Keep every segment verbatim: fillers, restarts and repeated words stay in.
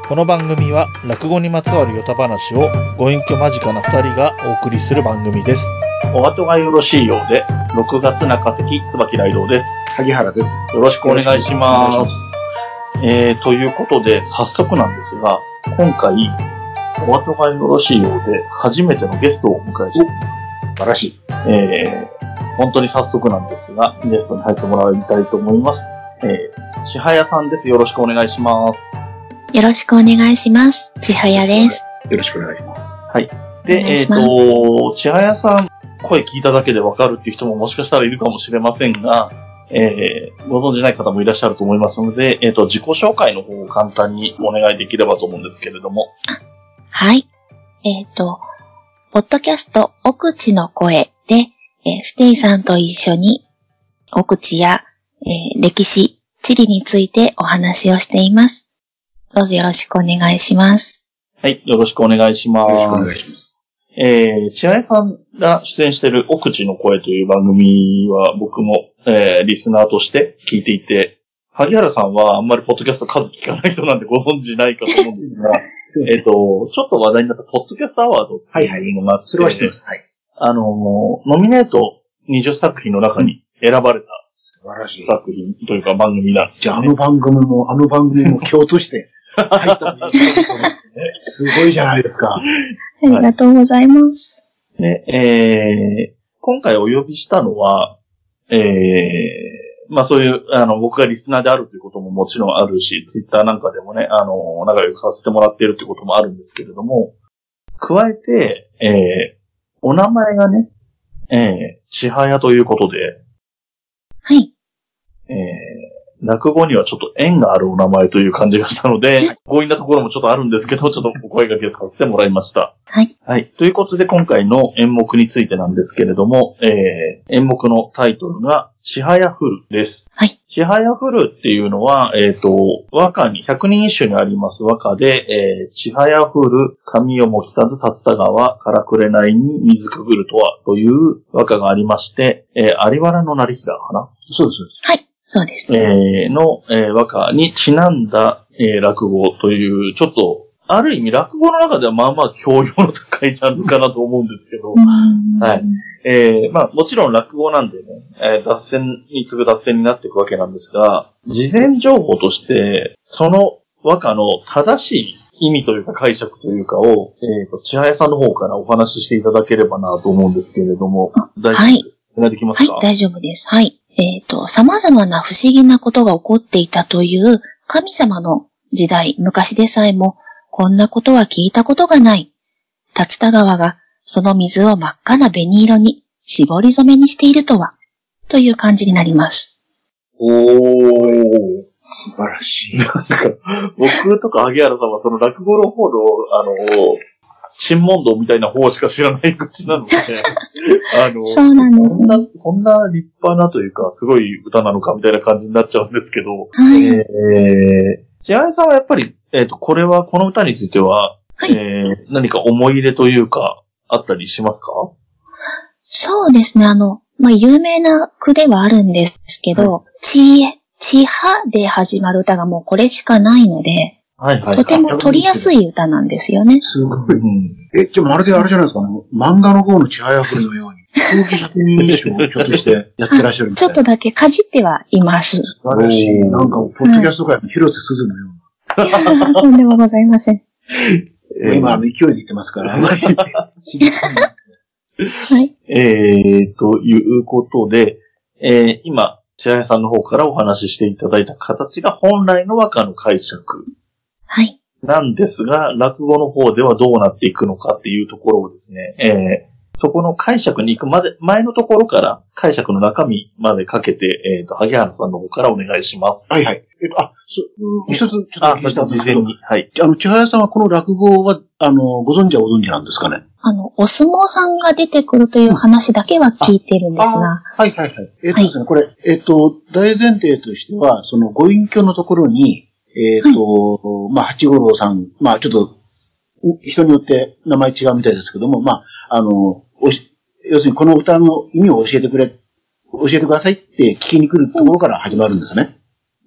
この番組は落語にまつわるヨタ話をご隠居間近なふたりがお送りする番組です。 お後がよろしいようで、ろくがつ中関椿雷道です。 萩原です。 よろしくお願いします。えー、ということで、早速なんですが、今回、お後がよろしいようで、初めてのゲストをお迎えしています。 素晴らしい。 えー、本当に早速なんですが、ゲストに入ってもらいたいと思います。えー、千早さんです。よろしくお願いします。 よろしくお願いします。千早です。 よろしくお願いします。 はい。で、えっと、千早さん、声聞いただけでわかるっていう人ももしかしたらいるかもしれませんが、えー、ご存じない方もいらっしゃると思いますので、えっと、自己紹介の方を簡単にお願いできればと思うんですけれども。 はい。えっと、ポッドキャスト、奥地の声で、えー、ステイさんと一緒に、奥地や、えー、歴史、地理についてお話をしています。どうぞよろしくお願いします。 はい、よろしくお願いします。 よろしくお願いします。 えー、千早さんが出演している奥地の声という番組は僕も、えー、リスナーとして聞いていて、萩原さんはあんまりポッドキャスト数聞かない人なんでご存知ないかと思うんですが、えっと、ちょっと話題になったポッドキャストアワードっていうのがあって、 それは知ってます。はい。 あの、ノミネートにじゅっさく品の中に選ばれた素晴らしい作品というか番組なんです、ね。 じゃああの番組も、あの番組も今日として、入ったすごいじゃないですか。 ありがとうございます。 で、えー、今回お呼びしたのは、えー、まあそういう、あの、僕がリスナーであるということももちろんあるし、ツイッターなんかでもね、あの、仲良くさせてもらっているということもあるんですけれども、加えて、えー、お名前がね、えー、千早ということで、 はい。 えー、落語にはちょっと縁があるお名前という感じがしたので、強引なところもちょっとあるんですけど、ちょっとお声掛けさせてもらいました。 はい。 はい。ということで今回の演目についてなんですけれども、えー、演目のタイトルが、千早降るです。 はい。 千早降るっていうのは、えっと、和歌に、百人一首にあります和歌で、えー、千早降る、神代も聞かず竜田川、からくれないに水くぐるとは、という和歌がありまして、えー、有原の成平かな？ そうです。 はい。そうですね。えー、の、えー、和歌にちなんだ、えー、落語という、ちょっと、ある意味落語の中ではまあまあ教養の高いジャンルかなと思うんですけど、はい。えー、まあもちろん落語なんでね、えー、脱線に次ぐ脱線になっていくわけなんですが、事前情報として、その和歌の正しい意味というか解釈というかを、えっと、千早さんの方からお話ししていただければなと思うんですけれども、大丈夫ですか？お願いできますか？ はい、大丈夫です。はい。えっと、様々な不思議なことが起こっていたという神様の時代、昔でさえも、こんなことは聞いたことがない。竜田川がその水を真っ赤な紅色に絞り染めにしているとは、という感じになります。 おー。 素晴らしい。 なんか、僕とか萩原さんはその落語の方の、あの、珍問答みたいな方しか知らない口なので、あの、 そうなんですね。 そんな、そんな立派なというか、すごい歌なのかみたいな感じになっちゃうんですけど、 はい。 えー、千早さんはやっぱり、えっと、これは、この歌については、 はい、 えー、何か思い入れというか、あったりしますか？ そうですね。あの、まあ、有名な句ではあるんですけど、はい、ち、ちはで始まる歌がもうこれしかないので、 はいはいはい、 とても取りやすい歌なんですよね。 すごい。うん、え、じゃあまるであれじゃないですか、ね、漫画の方の千早降りのように、競技百人一首をひょっとしてやってらっしゃるみたいな。 ちょっとだけかじってはいます。 素晴らしい。なんか、ポッドキャスト界の広瀬すずのような。 とんでもございません。 今、勢いで言ってますから、あんまり。はい。 えー、ということで、えー、今、千早さんの方からお話ししていただいた形が本来の和歌の解釈。 はい。 なんですが、落語の方ではどうなっていくのかっていうところをですね、えー、そこの解釈に行くまで、前のところから解釈の中身までかけて、えっと、萩原さんの方からお願いします。 はいはい。えっと、あ、そ、一つ、ちょっとあ、そして事前に。はい。 あの、千早さんはこの落語は、あの、ご存知はご存知なんですかね？ あの、お相撲さんが出てくるという話だけは聞いてるんですが。 はいはいはい。えっとですね、はい、これ、えっと、大前提としては、そのご隠居のところに、えっと、はい、まあ、八五郎さん、まあ、ちょっと、人によって名前違うみたいですけども、まあ、あの、おし要するにこの歌の意味を教えてくれ、教えてくださいって聞きに来るところから始まるんですね。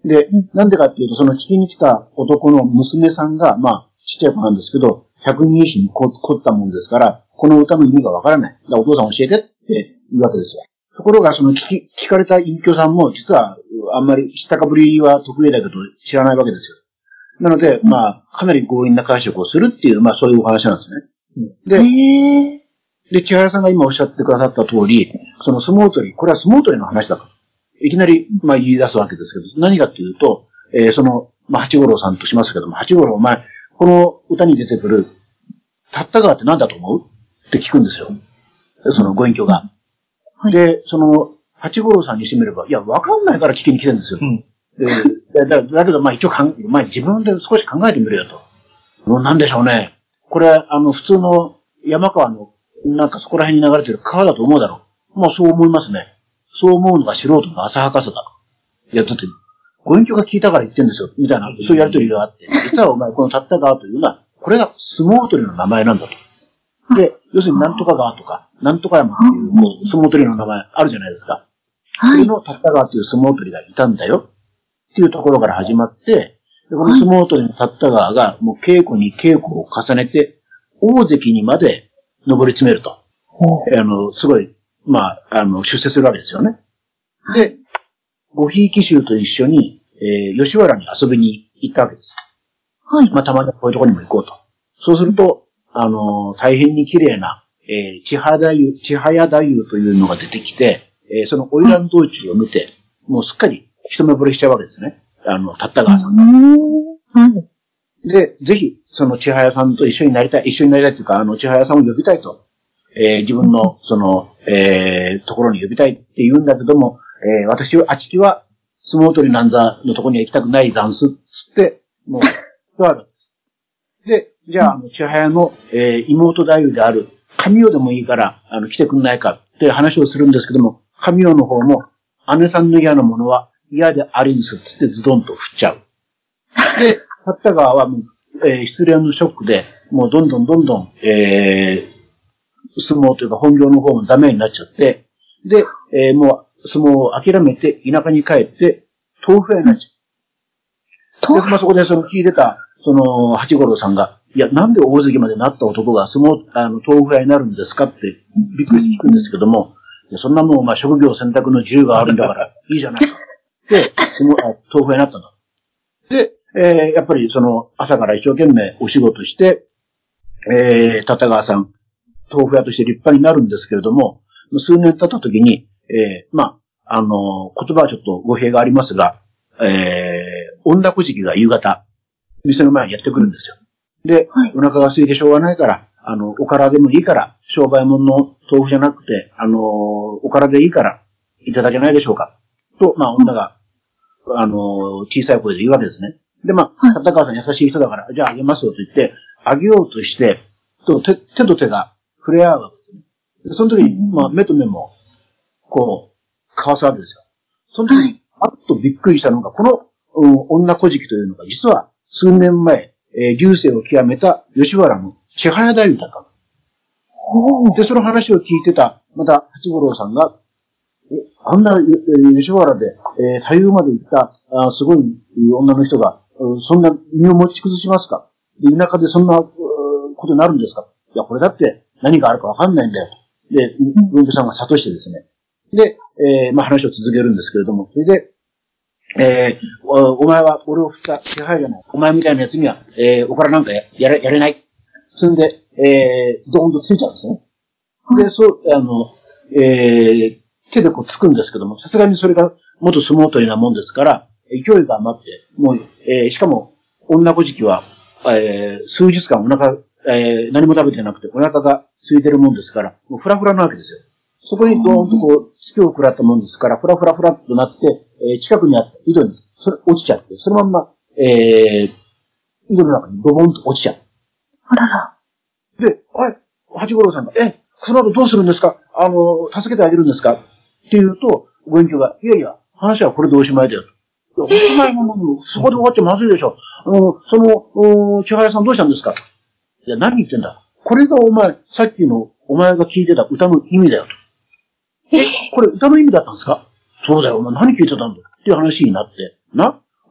で、なんでかっていうと、その聞きに来た男の娘さんが、まあ、ちっちゃい子なんですけど、百人一首に凝ったもんですから、この歌の意味がわからない。だからお父さん教えてって言うわけですよ。ところが、その聞き、聞かれた隠居さんも、実は、あんまり知ったかぶりは得意だけど、知らないわけですよ。なので、まあ、かなり強引な解釈をするっていう、まあ、そういうお話なんですね。で、で、千早さんが今おっしゃってくださった通り、その相撲取り、これは相撲取りの話だと。いきなり、まあ、言い出すわけですけど、何かっていうと、えー、その、まあ、八五郎さんとしますけども、八五郎お前、この歌に出てくる、たった川って何だと思うって聞くんですよ。そのご隠居が。はい、で、その、八五郎さんにしてみれば、いや、わかんないから聞きに来てるんですよ。うん、でだ, だけど、まあ一応かん、まあ自分で少し考えてみるよと。もうなんでしょうね。これ、あの、普通の山川の、なんかそこら辺に流れてる川だと思うだろう。まあそう思いますね。そう思うのが素人の浅はかさだ。いや、だって、ご隠居が聞いたから言ってるんですよ。みたいな、そういうやりとりがあって。実はお前、このたった川というのは、これが相撲取りの名前なんだと。で、要するになんとか川とか、なんとか山っていう、こう、相撲取りの名前あるじゃないですか。それのたった川という相撲取りがいたんだよ。っていうところから始まって、でこの相撲取りのたった川が、もう稽古に稽古を重ねて、大関にまで上り詰めると。あの、すごい、まあ、あの、出世するわけですよね。で、ごひいき衆と一緒に、えー、吉原に遊びに行ったわけです。はい。まあ、たまにこういうところにも行こうと。そうすると、あの、大変に綺麗な、えー、千早湯、千早太夫というのが出てきて、えー、その花魁道中を見て、もうすっかり一目惚れしちゃうわけですね。あの、たった川さんが。はい。で、ぜひ、その千早さんと一緒になりたい、一緒になりたいというか、あの、千早さんを呼びたいと。えー、自分の、その、えー、ところに呼びたいって言うんだけども、えー、私は、あちきは、相撲取りなんざのところには行きたくないざんす、つって、もう、座るんです。で、じゃあ、あの、千早の、えー、妹太夫である、神代でもいいから、あの、来てくんないかって話をするんですけども、神代の方も、姉さんの嫌なものは嫌でありんす、つってズドンと振っちゃう。で、たった川はもう、えー、失恋のショックで、もうどんどんどんどん、えー、相撲というか本業の方もダメになっちゃって、で、えー、もう相撲を諦めて田舎に帰って豆腐屋になっちゃう。で、まあ、そこでその聞いてた、その、八五郎さんが、いや、なんで大関までなった男が相撲、あの、豆腐屋になるんですかってびっくりして聞くんですけども、いやそんなもん、まあ、職業選択の自由があるんだから、いいじゃないか。で、相撲、あ豆腐屋になったんだ。で、えー、やっぱりその、朝から一生懸命お仕事して、えー、立川さん、豆腐屋として立派になるんですけれども、数年経った時に、えー、まあ、あの、言葉はちょっと語弊がありますが、えー、女小じが夕方、店の前にやってくるんですよ。で、はい、お腹が空いてしょうがないから、あの、おからでもいいから、商売物の豆腐じゃなくて、あの、おからでいいから、いただけないでしょうか。と、まあ、女が、あの、小さい声で言うわけですね。で、まあ、立川さん優しい人だから、じゃああげますよと言って、あげようとして、と手、手と手が触れ合うわけですね。で、その時に、まあ、目と目も、こう、交わすわけですよ。その時に、あっとびっくりしたのが、この、うん、女小じというのが、実は、数年前、えー、流星を極めた吉原の千早太夫だったんです。で、その話を聞いてた、また、八五郎さんが、え、あんな、吉原で、えー、太夫まで行った、あすごい女の人が、そんな身を持ち崩しますか？で、田舎でそんな、ことになるんですか？いや、これだって何があるかわかんないんだよ。で、文部さんが諭してですね。で、えー、まあ話を続けるんですけれども、それで、えー、お, お前は俺を振った支配じゃない。お前みたいな奴には、えー、おからなんか や, や, れやれない。そんで、えー、ドーンとついちゃうんですね。で、そう、あの、えー、手でこうつくんですけども、さすがにそれが元相撲取りなもんですから、勢いが余って、もう、えー、しかも、女小じは、えー、数日間お腹、えー、何も食べてなくてお腹が空いてるもんですから、もうフラフラなわけですよ。そこにドーンとこう、突きを食らったもんですから、フラフラフラっとなって、えー、近くにあった井戸に、それ落ちちゃって、そのまんま、えー、井戸の中にドボンと落ちちゃう。あらら。で、おい、八五郎さんが、え、その後どうするんですか？あの、助けてあげるんですか？って言うと、ご隠居が、いやいや、話はこれでおしまいだよと。おしまいもの、そこで終わっちゃまずいでしょ。あの、その、千早さんどうしたんですか？いや、何言ってんだ。これがお前、さっきのお前が聞いてた歌の意味だよと。え、これ歌の意味だったんですか？そうだよ、お前何聞いてたんだっていう話になって、な、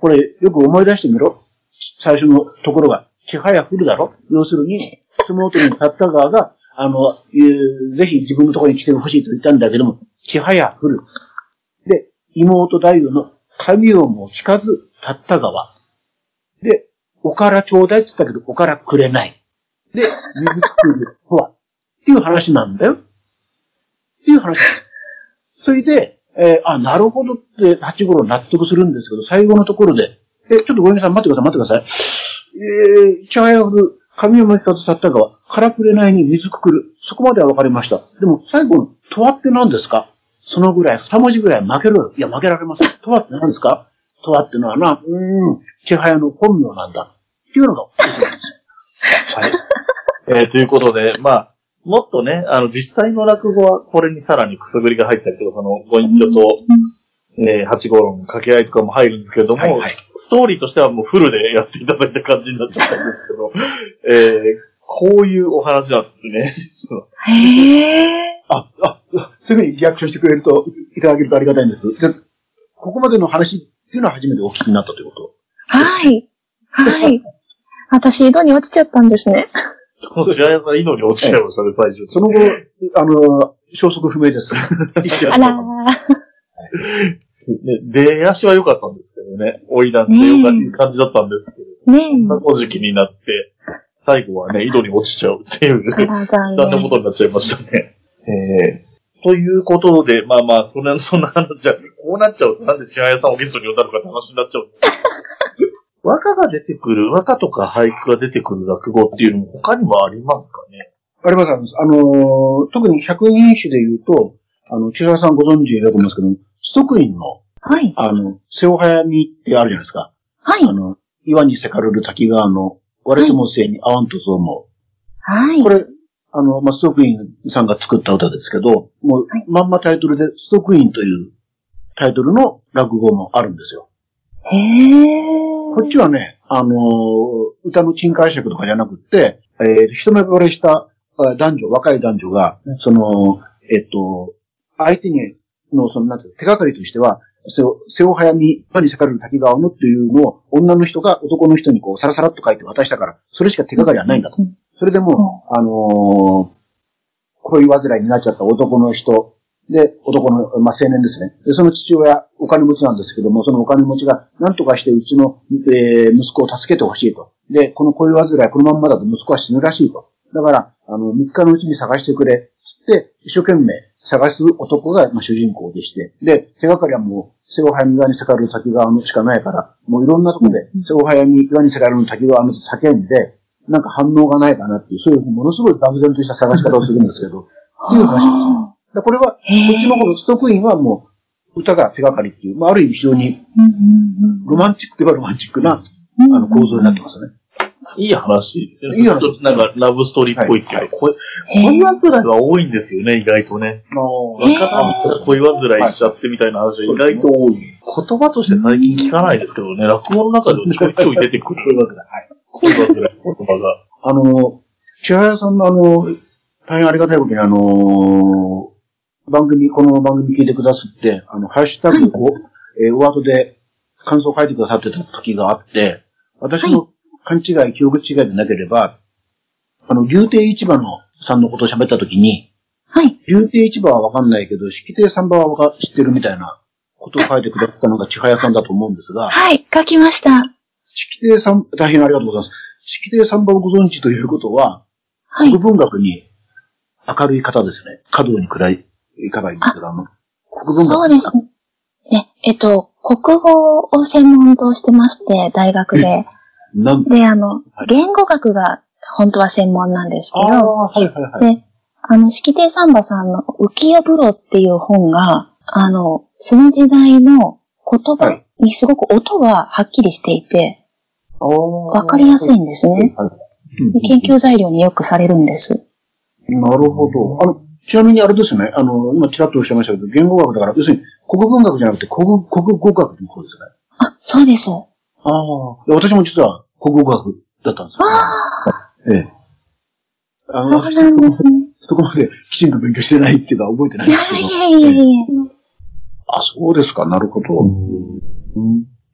これよく思い出してみろ。最初のところが、ちはやふるだろ。要するに、相撲取りの立田川が、あの、ぜひ自分のところに来てほしいと言ったんだけども、ちはやふる。で、妹太夫の髪をも聞かず、立田川。で、おからちょうだいって言ったけど、おからくれない。で、水作るとは。っていう話なんだよ。っていう話です。それで、えー、あ、なるほどって八五郎納得するんですけど、最後のところで、え、ちょっとごめんなさい、待ってください、待ってください。えー、茶屋振る、髪を巻きかず立った側、からくれないに水くくる。そこまではわかりました。でも、最後の、とわって何ですか？そのぐらい、二文字ぐらい負けろよ。いや、負けられません。とわって何ですか？とわってのはな、うーん、千早の本名なんだ。っていうのが、そうですよ。 はい。えー、ということで、まあ、もっとね、あの、実際の落語はこれにさらにくすぐりが入ったりとか、その、ご隠居と、えー、八五郎の掛け合いとかも入るんですけれども、はいはい、ストーリーとしてはもうフルでやっていただいた感じになっちゃったんですけど、えー、こういうお話なんですね、実は。 へー。 あ、あ、すぐにリアクションしてくれると、いただけるとありがたいんです。で、ここまでの話っていうのは初めてお聞きになったということ。 はい。はい。私、井戸に落ちちゃったんですね。 そう、白谷さん、井戸に落ちちゃいましたね、最初。 その後、あの、消息不明です。 あらー。 出足は良かったんですけどね。追いなんてよかった感じだったんですけど。ねえ。そんな小時期になって、最後はね、井戸に落ちちゃうっていう、悲惨なことになっちゃいましたね。えー、ということで、まあまあ、そんな、そんな、じゃこうなっちゃうと、なんで千早さんをゲストに呼んだのかって話になっちゃうんですけど。和歌が出てくる、和歌とか俳句が出てくる落語っていうのも他にもありますかね？ あります、あります。あのー、特に百人一首で言うと、あの、千早さんご存知だと思いますけど、ストックインの、 はい。 あの、瀬尾早見ってあるじゃないですか。 はい。 あの、岩にせかるる滝川の、割ともせいに合わんとそう思う。 はい。 これ、あの、まあ、ストックインさんが作った歌ですけど、もう、はい、まんまタイトルで、ストックインというタイトルの落語もあるんですよ。 へー。 こっちはね、あのー、歌の珍解釈とかじゃなくって、えー、一目惚れした男女、若い男女が、その、えっと、相手に、の、その、なんていう手がかりとしては、瀬尾早見、場にせかるる滝川のっていうのを、女の人が男の人にこう、さらさらっと書いて渡したから、それしか手がかりはないんだと。それでもう、あのー、恋煩いになっちゃった男の人、で、男の、まあ、青年ですね。で、その父親、お金持ちなんですけども、そのお金持ちが、何とかしてうちの、えー、息子を助けてほしいと。で、この恋煩い、このまんまだと息子は死ぬらしいと。だから、あの、みっかのうちに探してくれ。つって、一生懸命探す男が、まあ、主人公でして。で、手がかりはもう、瀬尾早見側にせかる滝川のしかないから、もういろんなところで、瀬尾早見側にせかるの滝川の叫んで、なんか反応がないかなっていう、そういうものすごい漠然とした探し方をするんですけど、っていう話です。でこれは、こっちの方のストックインはもう、歌が手がかりっていう、まあ、ある意味非常に、ロマンチックといえばロマンチックな、あの、構造になってますね。 いい話ですよね。 いい話。 なんか、ラブストーリーっぽいけど、はいはい、恋煩いが多いんですよね、意外とね。わからん恋煩いしちゃってみたいな話は意外と多い。言葉として最近聞かないですけどね、落語の中でもちょいちょい出てくる。恋煩い。恋煩い、言葉が。 あの、千早さんのあの、大変ありがたいことにあの、番組、この番組聞いてくださって、あの、ハッシュタグを、えー、ワードで感想を書いてくださってた時があって、私の勘違い、記憶違いでなければ、あの、竜亭市場のさんのことを喋った時に、 はい。 竜亭市場はわかんないけど、式亭三馬はわか知ってるみたいなことを書いてくださったのが千早さんだと思うんですが、 はい、書きました。 式亭三、大変ありがとうございます。式亭三馬をご存知ということは、はい。国文学に明るい方ですね。華道に暗い。いかがいいんですけど、あの、国文学。 そうですね。え、えっと、国語を専門としてまして、大学で。 なんで、あの、はい、言語学が本当は専門なんですけど、 あはいはいはい、 で、あの、式亭三馬さんの浮世風呂っていう本が、あの、その時代の言葉にすごく音がはっきりしていて、わかりやすいんですね、はいはい。研究材料によくされるんです。 なるほど。あの、ちなみにあれですね、あの、今ちらっとおっしゃいましたけど、言語学だから、要するに国文学じゃなくて国、国語学の方ですね。 あ、そうです。 ああ、私も実は国語学だったんですよ。ああ。ええ。あの、そうなんですね。そこまできちんと勉強してないっていうか覚えてないんですけど。 いやいやいやいや。 あ、そうですか、なるほど。うん、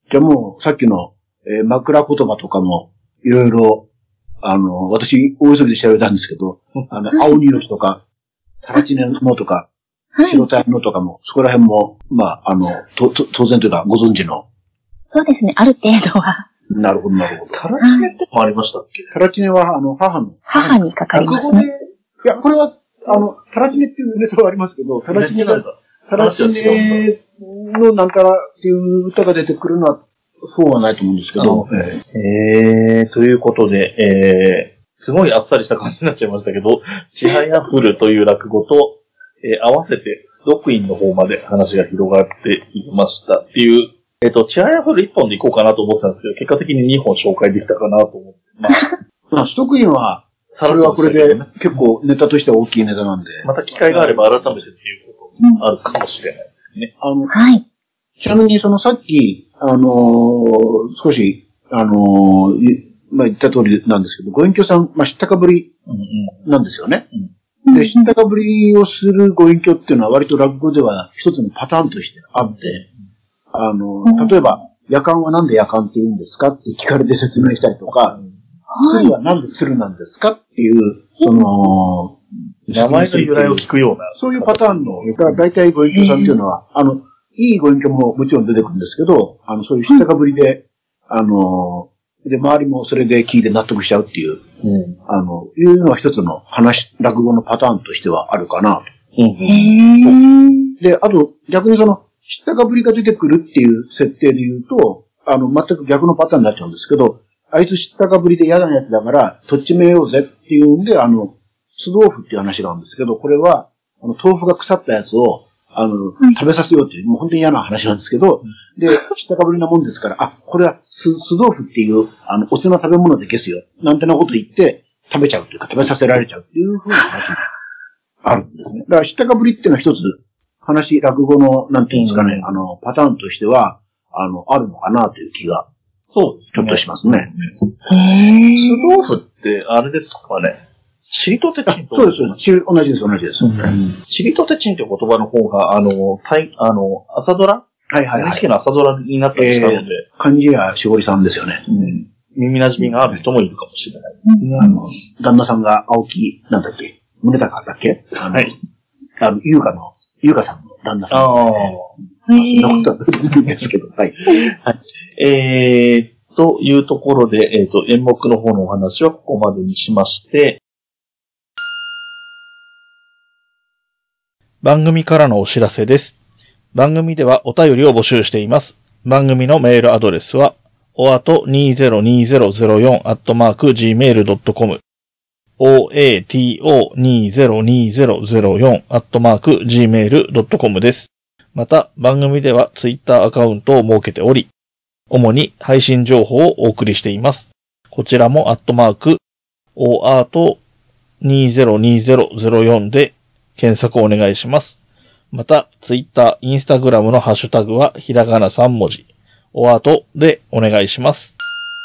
じゃあもう、さっきの、えー、枕言葉とかも、いろいろ、あの、私、大急ぎで調べたんですけど、あの、青ニロシとか、タラチネのとか、白タイのとかも、そこら辺も、まあ、あの、と、と、当然というか、ご存知の。 そうですね、ある程度は。 なるほど、なるほど。 タラチネってもありましたっけ？ タラチネは、あの、母の。 母にかかりますね。 いや、これは、あの、タラチネっていうネタはありますけど、タラチネが、タラチネのなんたらっていう歌が出てくるのは、そうはないと思うんですけど。 えー、ということで、えー、すごいあっさりした感じになっちゃいましたけど、ちはやふるという落語と、えー、合わせて、スドクインの方まで話が広がっていきましたっていう、えっ、ー、と、ちはやふるいっぽんでいこうかなと思ってたんですけど、結果的ににほん紹介できたかなと思って。まあ、 まあ、スドクインは、それはこれで結構ネタとしては大きいネタなんで。 また機会があれば改めてっていうこともあるかもしれないですね。 あの、 はい。 ちなみにそのさっき、あのー、少し、あのー、まあ言った通りなんですけど、ご隠居さん、まあ知ったかぶりなんですよね。うんうん、で、知ったかぶりをするご隠居っていうのは割と落語では一つのパターンとしてあって、あの、例えば、夜間はなんで夜間って言うんですかって聞かれて説明したりとか、鶴はなんで鶴なんですかっていう、その、 名前の由来を聞くような。 そういうパターンの、だから大体ご隠居さんっていうのは、あの、いいご隠居ももちろん出てくるんですけど、あの、そういう知ったかぶりで、あの、で、周りもそれで聞いて納得しちゃうっていう、うん、あの、いうのは一つの話、落語のパターンとしてはあるかなと。うん、で、あと、逆にその、知ったかぶりが出てくるっていう設定で言うと、あの、全く逆のパターンになっちゃうんですけど、あいつ知ったかぶりで嫌なやつだから、とっちめようぜっていうんで、あの、酢豆腐っていう話があるんですけど、これは、あの、豆腐が腐ったやつを、あの、食べさせようっていう、もう本当に嫌な話なんですけど、で、知ったかぶりなもんですから、あ、これは酢、酢豆腐っていう、あの、お酢の食べ物で消すよ。なんてなこと言って、食べちゃうというか、食べさせられちゃうっていう風な話があるんですね。だから知ったかぶりっていうのは一つ、話、落語の、なんていうんですかね、あの、パターンとしては、あの、あるのかなという気が、 そうですね。 ちょっとしますね。 酢豆腐って、あれですかね。チリトテチンと。 そうです、同じです、同じです。うん、 チリトテチンという言葉の方が、あの、たいあの、朝ドラはいはいはい。 エヌエイチケー の朝ドラになったりしたので。 えー、漢字やしおりさんですよね。 うん。耳馴染みがある人もいるかもしれない。 うん、あの、旦那さんが青木、なんだっけ宗高だっけはい。 あの、優香の、優香さんの旦那さん。 ああ。 そんなことはないんですけど、はい。 はい。えー、というところで、えっ、ー、と、演目の方のお話はここまでにしまして、 番組からのお知らせです。番組ではお便りを募集しています。番組のメールアドレスは、オアトにせんにじゅうゼロよん アットマーク ジーメール ドットコム オーエーティーオーにせんにじゅうゼロよん アットマーク ジーメール ドットコム です。また、番組ではツイッターアカウントを設けており、主に配信情報をお送りしています。こちらもアットマーク、オーアートにせんにじゅうゼロよんで検索をお願いします。また、ツイッター、インスタグラムのハッシュタグはひらがなさん文字、オアートでお願いします。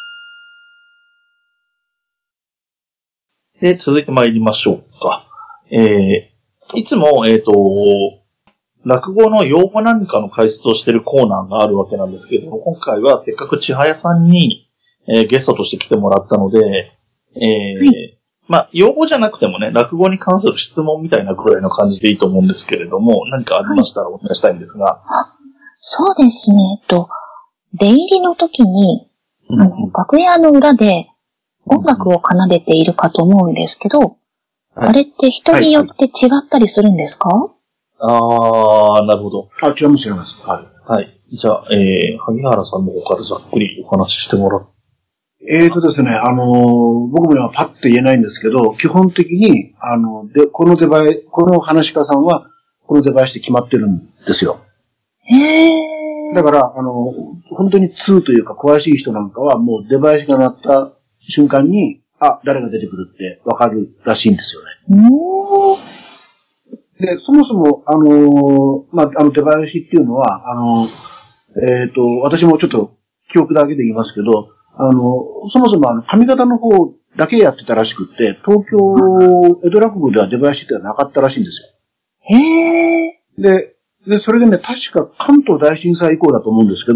で、続いて参りましょうか。えー、いつも、えっと、落語の用語なんかの解説をしているコーナーがあるわけなんですけれども、今回はせっかく千早さんに、えー、ゲストとして来てもらったので、えーはい、まあ、用語じゃなくてもね、落語に関する質問みたいなぐらいの感じでいいと思うんですけれども、何かありましたらお願いしたいんですが。はい、 あ、そうですね。えっと、出入りの時に、あの、うん、楽屋の裏で音楽を奏でているかと思うんですけど、はい、あれって人によって違ったりするんですか？はいあー、なるほど。 あ、違います、違います。 はい。はい。じゃあ、えー、萩原さんの方からざっくりお話ししてもらう。 えーとですね、あのー、僕も今パッと言えないんですけど、基本的に、あの、で、このデバイ、この話し家さんは、このデバイスで決まってるんですよ。 へー。 だから、あの、本当に通というか詳しい人なんかは、もうデバイスが鳴った瞬間に、あ、誰が出てくるってわかるらしいんですよね。 うーん。 で、そもそも、あのー、まあ、あの、出囃子っていうのは、あの、えっと、私もちょっと記憶だけで言いますけど、あの、そもそもあの、上方の方だけやってたらしくって、東京、江戸落語では出囃子ってのはなかったらしいんですよ。 へー。 で、で、それでね、確か関東大震災以降だと思うんですけど、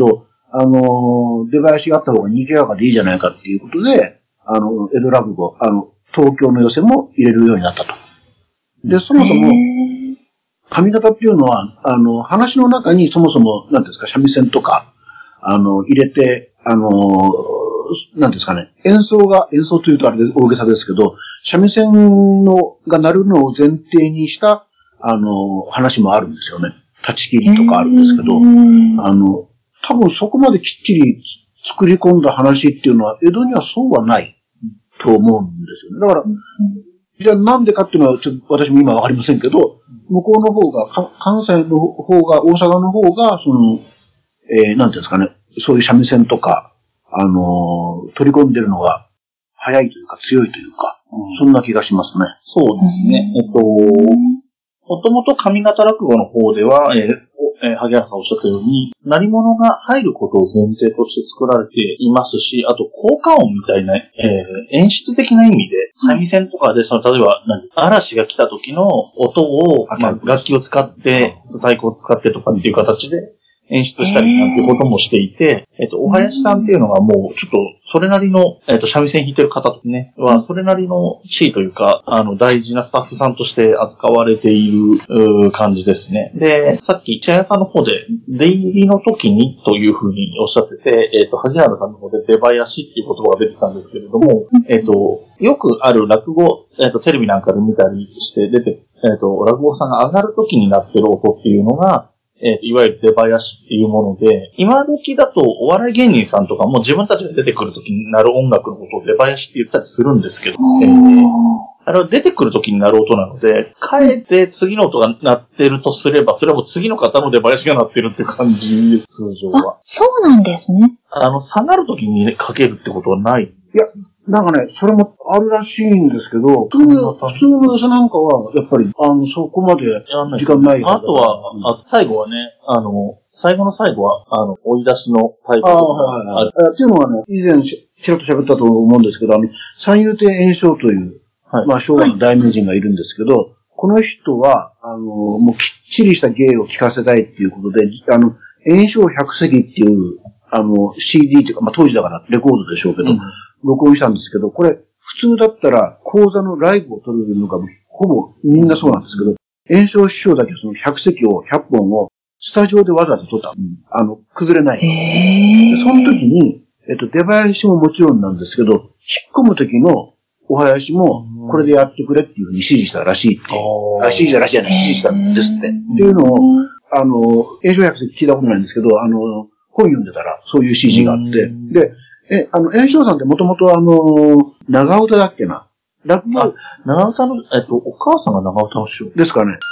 あの、出囃子があった方が賑やかでいいじゃないかっていうことで、あの、江戸落語、あの、東京の寄席も入れるようになったと。で、そもそも、上方っていうのは、あの、話の中にそもそも、なんですか、三味線とか、あの、入れて、あの、なんですかね、演奏が、演奏というとあれで大げさですけど、三味線の、が鳴るのを前提にした、あの、話もあるんですよね。立ち切りとかあるんですけど、あの、多分そこまできっちり作り込んだ話っていうのは、江戸にはそうはないと思うんですよね。だから、じゃあなんでかっていうのは、ちょっと私も今わかりませんけど、向こうの方が、関西の方が、大阪の方が、その、えー、なんていうんですかね、そういう三味線とか、あのー、取り込んでるのが早いというか強いというか、うん、そんな気がしますね。 そうですね。えっと、もともと上方落語の方では、えーえー、萩原さんおっしゃったように、鳴り物が入ることを前提として作られていますし、あと効果音みたいな、えー、演出的な意味で、三味線とかで、その、例えば、何、嵐が来た時の音を、まあ、楽器を使って、太鼓を使ってとかっていう形で、演出したりなんていうこともしていて、えっと、お囃子さんっていうのがもう、ちょっと、それなりの、えっと、三味線弾いてる方ですね、は、それなりの地位というか、あの、大事なスタッフさんとして扱われている、感じですね。で、さっき、茶屋さんの方で、出入りの時にというふうにおっしゃってて、えっと、萩原さんの方で出囃子っていう言葉が出てたんですけれども、えっと、よくある落語、えっと、テレビなんかで見たりして出て、えっと、落語さんが上がる時になってる音っていうのが、えー、いわゆる出囃子っていうもので、今時だとお笑い芸人さんとかも自分たちが出てくる時になる音楽のことを出囃子って言ったりするんですけど、えー、あれは出てくる時になる音なので、かえって次の音が鳴ってるとすれば、それはもう次の方の出囃子が鳴ってるっていう感じです、通常は。 あ、そうなんですね。 あの、下がる時に、ね、かけるってことはない。いや、なんかね、それもあるらしいんですけど、普通の、普通の寄せなんかは、やっぱり、あの、そこまで時間ない。 あとは、うん、あ最後はね、あの、最後の最後は、あの、追い出しのタイプとか。ああ、はいはいはい。 っていうのはね、以前ちらっと喋ったと思うんですけど、あの、三遊亭圓生という、はい、まあ、昭和の大名人がいるんですけど、はい、この人は、あの、もうきっちりした芸を聞かせたいっていうことで、あの、圓生百席っていう、あの、シーディー っていうか、まあ、当時だからレコードでしょうけど、うん、録音したんですけど、これ、普通だったら講座のライブを撮るのがほぼみんなそうなんですけど、圓生師匠だけそのひゃく席を、ひゃっぽんをスタジオでわざわざ撮った。うん、あの、崩れない。でその時に、えっと、出囃子ももちろんなんですけど、引っ込む時のお囃子もこれでやってくれっていうふうに指示したらしいっていう。あ、指示したらしいじゃない、指示したんですって。っていうのを、あの、圓生百席聞いたことないんですけど、あの、本読んでたらそういう指示があって、で、え、あの、圓生さんってもともとあの、長唄だっけな。落語。 長唄の、えっと、お母さんが長唄の師匠ですかね。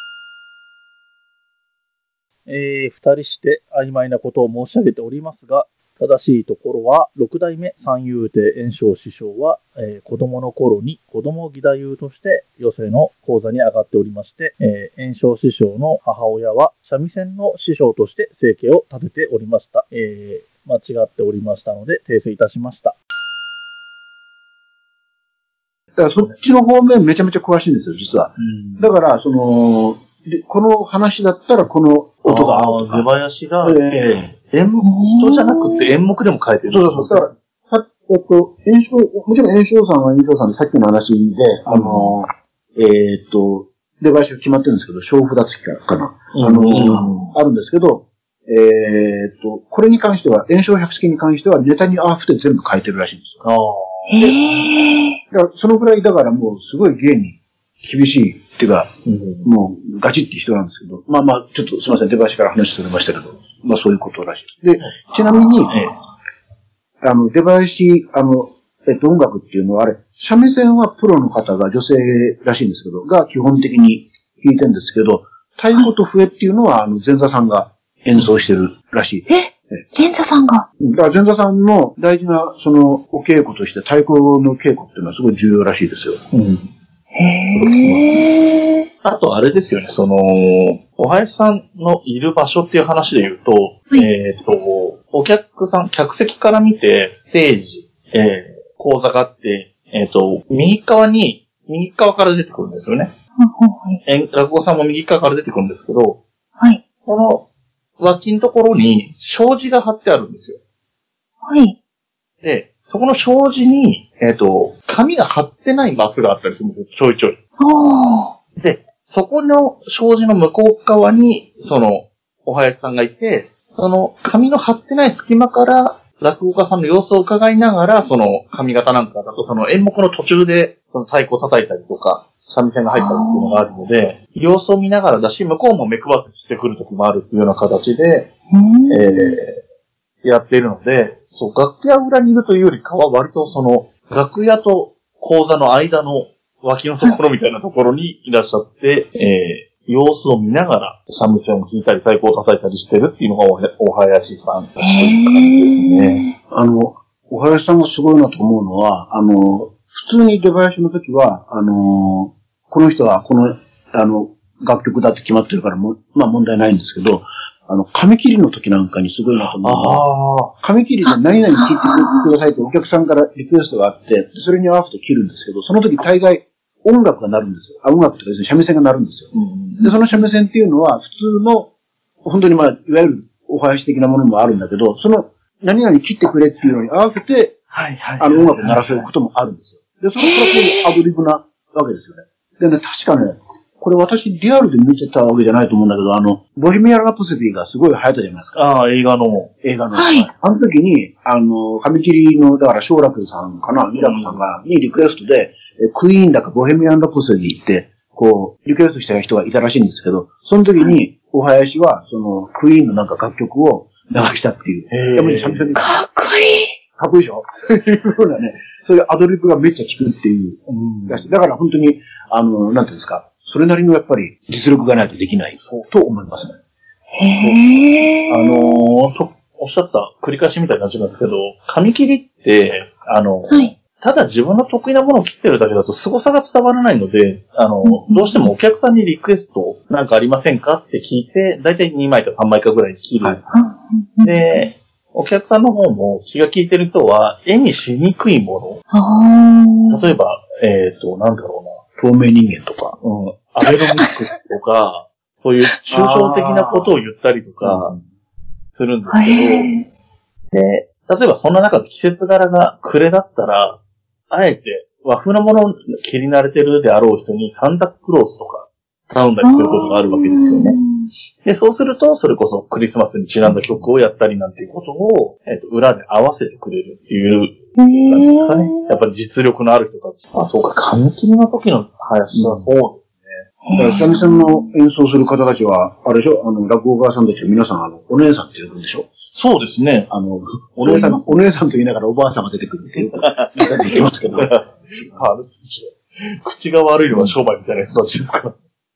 えー、二人して曖昧なことを申し上げておりますが、正しいところは、六代目三遊亭圓生師匠は、えー、子供の頃に子供義太夫として寄席の講座に上がっておりまして、えー、圓生師匠の母親は三味線の師匠として生計を立てておりました。えー、間違っておりましたので、訂正いたしました。 だからそっちの方面めちゃめちゃ詳しいんですよ、実は。うん、だから、その、でこの話だったらこの音が合うとか。 出囃子が、えー、演目、人じゃなくて演目でも変えてる。 そうそうそう。だから、えっと、演唱、もちろん演唱さんは演唱さんでさっきの話で、うん、あの、えー、っと、出囃子が決まってるんですけど、小札付きかな。うん、あの、うん、あるんですけど、えー、っと、これに関しては、演唱百式に関してはネタに合わせて全部変えてるらしいんですよ。 へー。 だからそのぐらいだからもうすごい芸に厳しいっていうか、うん、もうガチって人なんですけど、まあまあ、ちょっとすみません、出囃子から話してましたけど、まあそういうことらしいです。で、ちなみに、あの、出囃子、あの、えっと、音楽っていうのはあれ、三味線はプロの方が女性らしいんですけど、が基本的に弾いてるんですけど、太鼓と笛っていうのは、あの、前座さんが演奏してるらしい。 え前座さんがだから前座さんの大事な、その、お稽古として太鼓の稽古っていうのはすごい重要らしいですよ。うん。 へー。 あとあれですよね、その、お囃子さんのいる場所っていう話で言うと、はい、えっと、お客さん、客席から見て、ステージ、えー、講座があって、えっと、右側に、右側から出てくるんですよね。 はい、 落語さんも右側から出てくるんですけど、 はい。 この、 脇のところに障子が貼ってあるんですよ。 はい。 で、そこの障子に、えっと、紙が貼ってないマスがあったりするんですよ。ちょいちょい。で、そこの障子の向こう側に、その、お囃子さんがいて、その紙の貼ってない隙間から、落語家さんの様子を伺いながら、その髪型なんかだと、その演目の途中で、その太鼓を叩いたりとか、三味線が入ったりっていうのがあるので、様子を見ながらだし、向こうも目配せしてくる時もあるっていうような形で、えー、やっているので、そう、楽屋裏にいるというよりかは、割とその、楽屋と講座の間の脇のところみたいなところにいらっしゃって、えー、様子を見ながら、三味線を弾いたり、太鼓を叩いたりしてるっていうのがお囃子さんという感じですね。 あの、お囃子さんがすごいなと思うのは、あの、普通に出囃子の時は、あの、この人はこの、あの、楽曲だって決まってるからも、まあ問題ないんですけど、あの、紙切りの時なんかにすごいなと思うのは、紙切りで何々聞いてくださいってお客さんからリクエストがあって、それに合わせて切るんですけど、その時大概音楽が鳴るんですよ。あ、音楽とか要するに三味線が鳴るんですよ。うん、で、その三味線っていうのは普通の、本当にまあ、いわゆるお囃子的なものもあるんだけど、その何々切ってくれっていうのに合わせて、はいはい、あの音楽を鳴らせることもあるんですよ。で、それからこういうアドリブなわけですよね。でね、確かね、これ私リアルで見てたわけじゃないと思うんだけど、あの、ボヘミアン・ラプソディがすごい流行ったじゃないですか。 ああ、映画の。 映画の。はい。あの時に、あの、紙切りの、だから、翔楽さんかな、ミラクさんが、にリクエストで、クイーンだかボヘミアン・ラプソディって、こう、リクエストした人がいたらしいんですけど、その時に、お囃子は、その、クイーンのなんか楽曲を流したっていう。 へー。かっこいい。 かっこいいでしょそういうふうなね、そういうアドリブがめっちゃ効くっていう。うん、だから本当に、あの、なんていうんですか、それなりのやっぱり実力がないとできないと思いますね。 へー。 あのー、と、おっしゃった繰り返しみたいになっちゃいますけど、紙切りって、あの、はい、ただ自分の得意なものを切ってるだけだと凄さが伝わらないので、あの、うん、どうしてもお客さんにリクエストなんかありませんかって聞いて、だいたいにまいかさんまいかぐらい切る。はい、で、お客さんの方も気が利いてる人は絵にしにくいもの。例えば、えっと、なんだろうな。 透明人間とか、 うん、アベノミクスとか、そういう抽象的なことを言ったりとか、するんですけど、で、例えばそんな中で季節柄が暮れだったら、あえて和風のものを切り慣れてるであろう人にサンタクロースとか頼んだりすることがあるわけですよね。で、そうすると、それこそクリスマスにちなんだ曲をやったりなんていうことを、えっと、裏で合わせてくれるっていう、なんですかね。やっぱり実力のある人たち。あ、そうか、紙切りの時の林はそうですね。 だから、三味線の演奏する方たちは、あれでしょ、あの、落語家さんたちは皆さん、あの、お姉さんって呼ぶんでしょ。 そうですね。 あの、お姉さん、お姉さんと言いながらおばあさんが出てくるっていうか、言ってますけど。あ口が悪いのは商売みたいな人たちですから。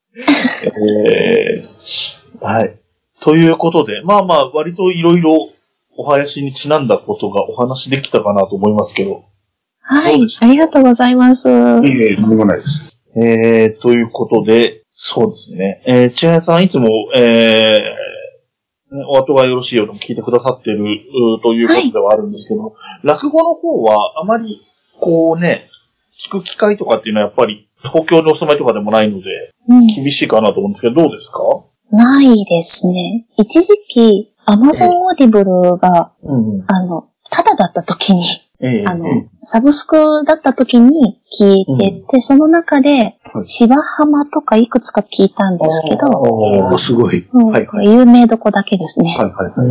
えー、はい。ということで、まあまあ、割といろいろお囃子にちなんだことがお話できたかなと思いますけど。 はい。ありがとうございます。いえいえ、とんでもないです。 えー、ということで、そうですね。えー、千早さんいつも、えー、お後がよろしいように聞いてくださってるということではあるんですけど、はい、落語の方はあまり、こうね、聞く機会とかっていうのはやっぱり東京にお住まいとかでもないので、厳しいかなと思うんですけど、どうですか？ ないですね。一時期、アマゾンオーディブルが、うん、あの、タダだった時に、ええ、あの、ええ、サブスクだった時に聞いてて、うん、その中で、芝浜とかいくつか聞いたんですけど、 おー、すごい。 うん、はいはい、有名どこだけですね。 はいはいはい。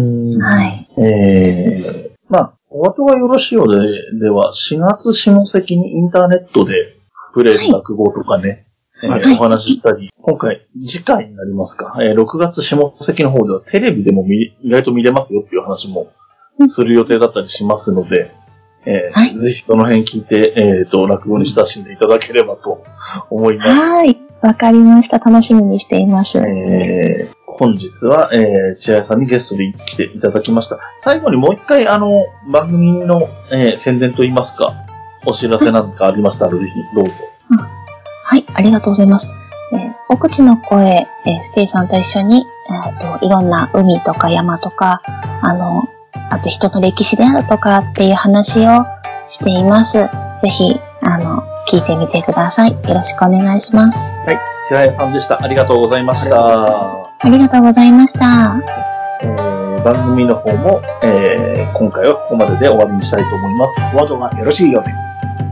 はい。 えー、まあ、お後がよろしいようで、では、しがつ下関にインターネットで触れる落語とかね、はい、えーはい、お話ししたり、今回、次回になりますか、えー、ろくがつ下関の方ではテレビでも見意外と見れますよっていう話もする予定だったりしますので、えーはい、ぜひその辺聞いて、えっ、ー、と、落語に親しんでいただければと思います。 はい、わかりました。楽しみにしています。 えー、本日は、えー、千早さんにゲストで来ていただきました。最後にもう一回、あの、番組の、えー、宣伝といいますか、お知らせなんかありましたら、ぜひどうぞ。 うん、はい、ありがとうございます。えー、お口の声、えー、ステイさんと一緒に、えーと、いろんな海とか山とか、あの、あと人の歴史であるとかっていう話をしています。ぜひ、あの、聞いてみてください。よろしくお願いします。 はい。千早さんでした。ありがとうございました。 ありがとうございました。 えー、番組の方も、えー、今回はここまでで終わりにしたいと思います。 お後がよろしいようで。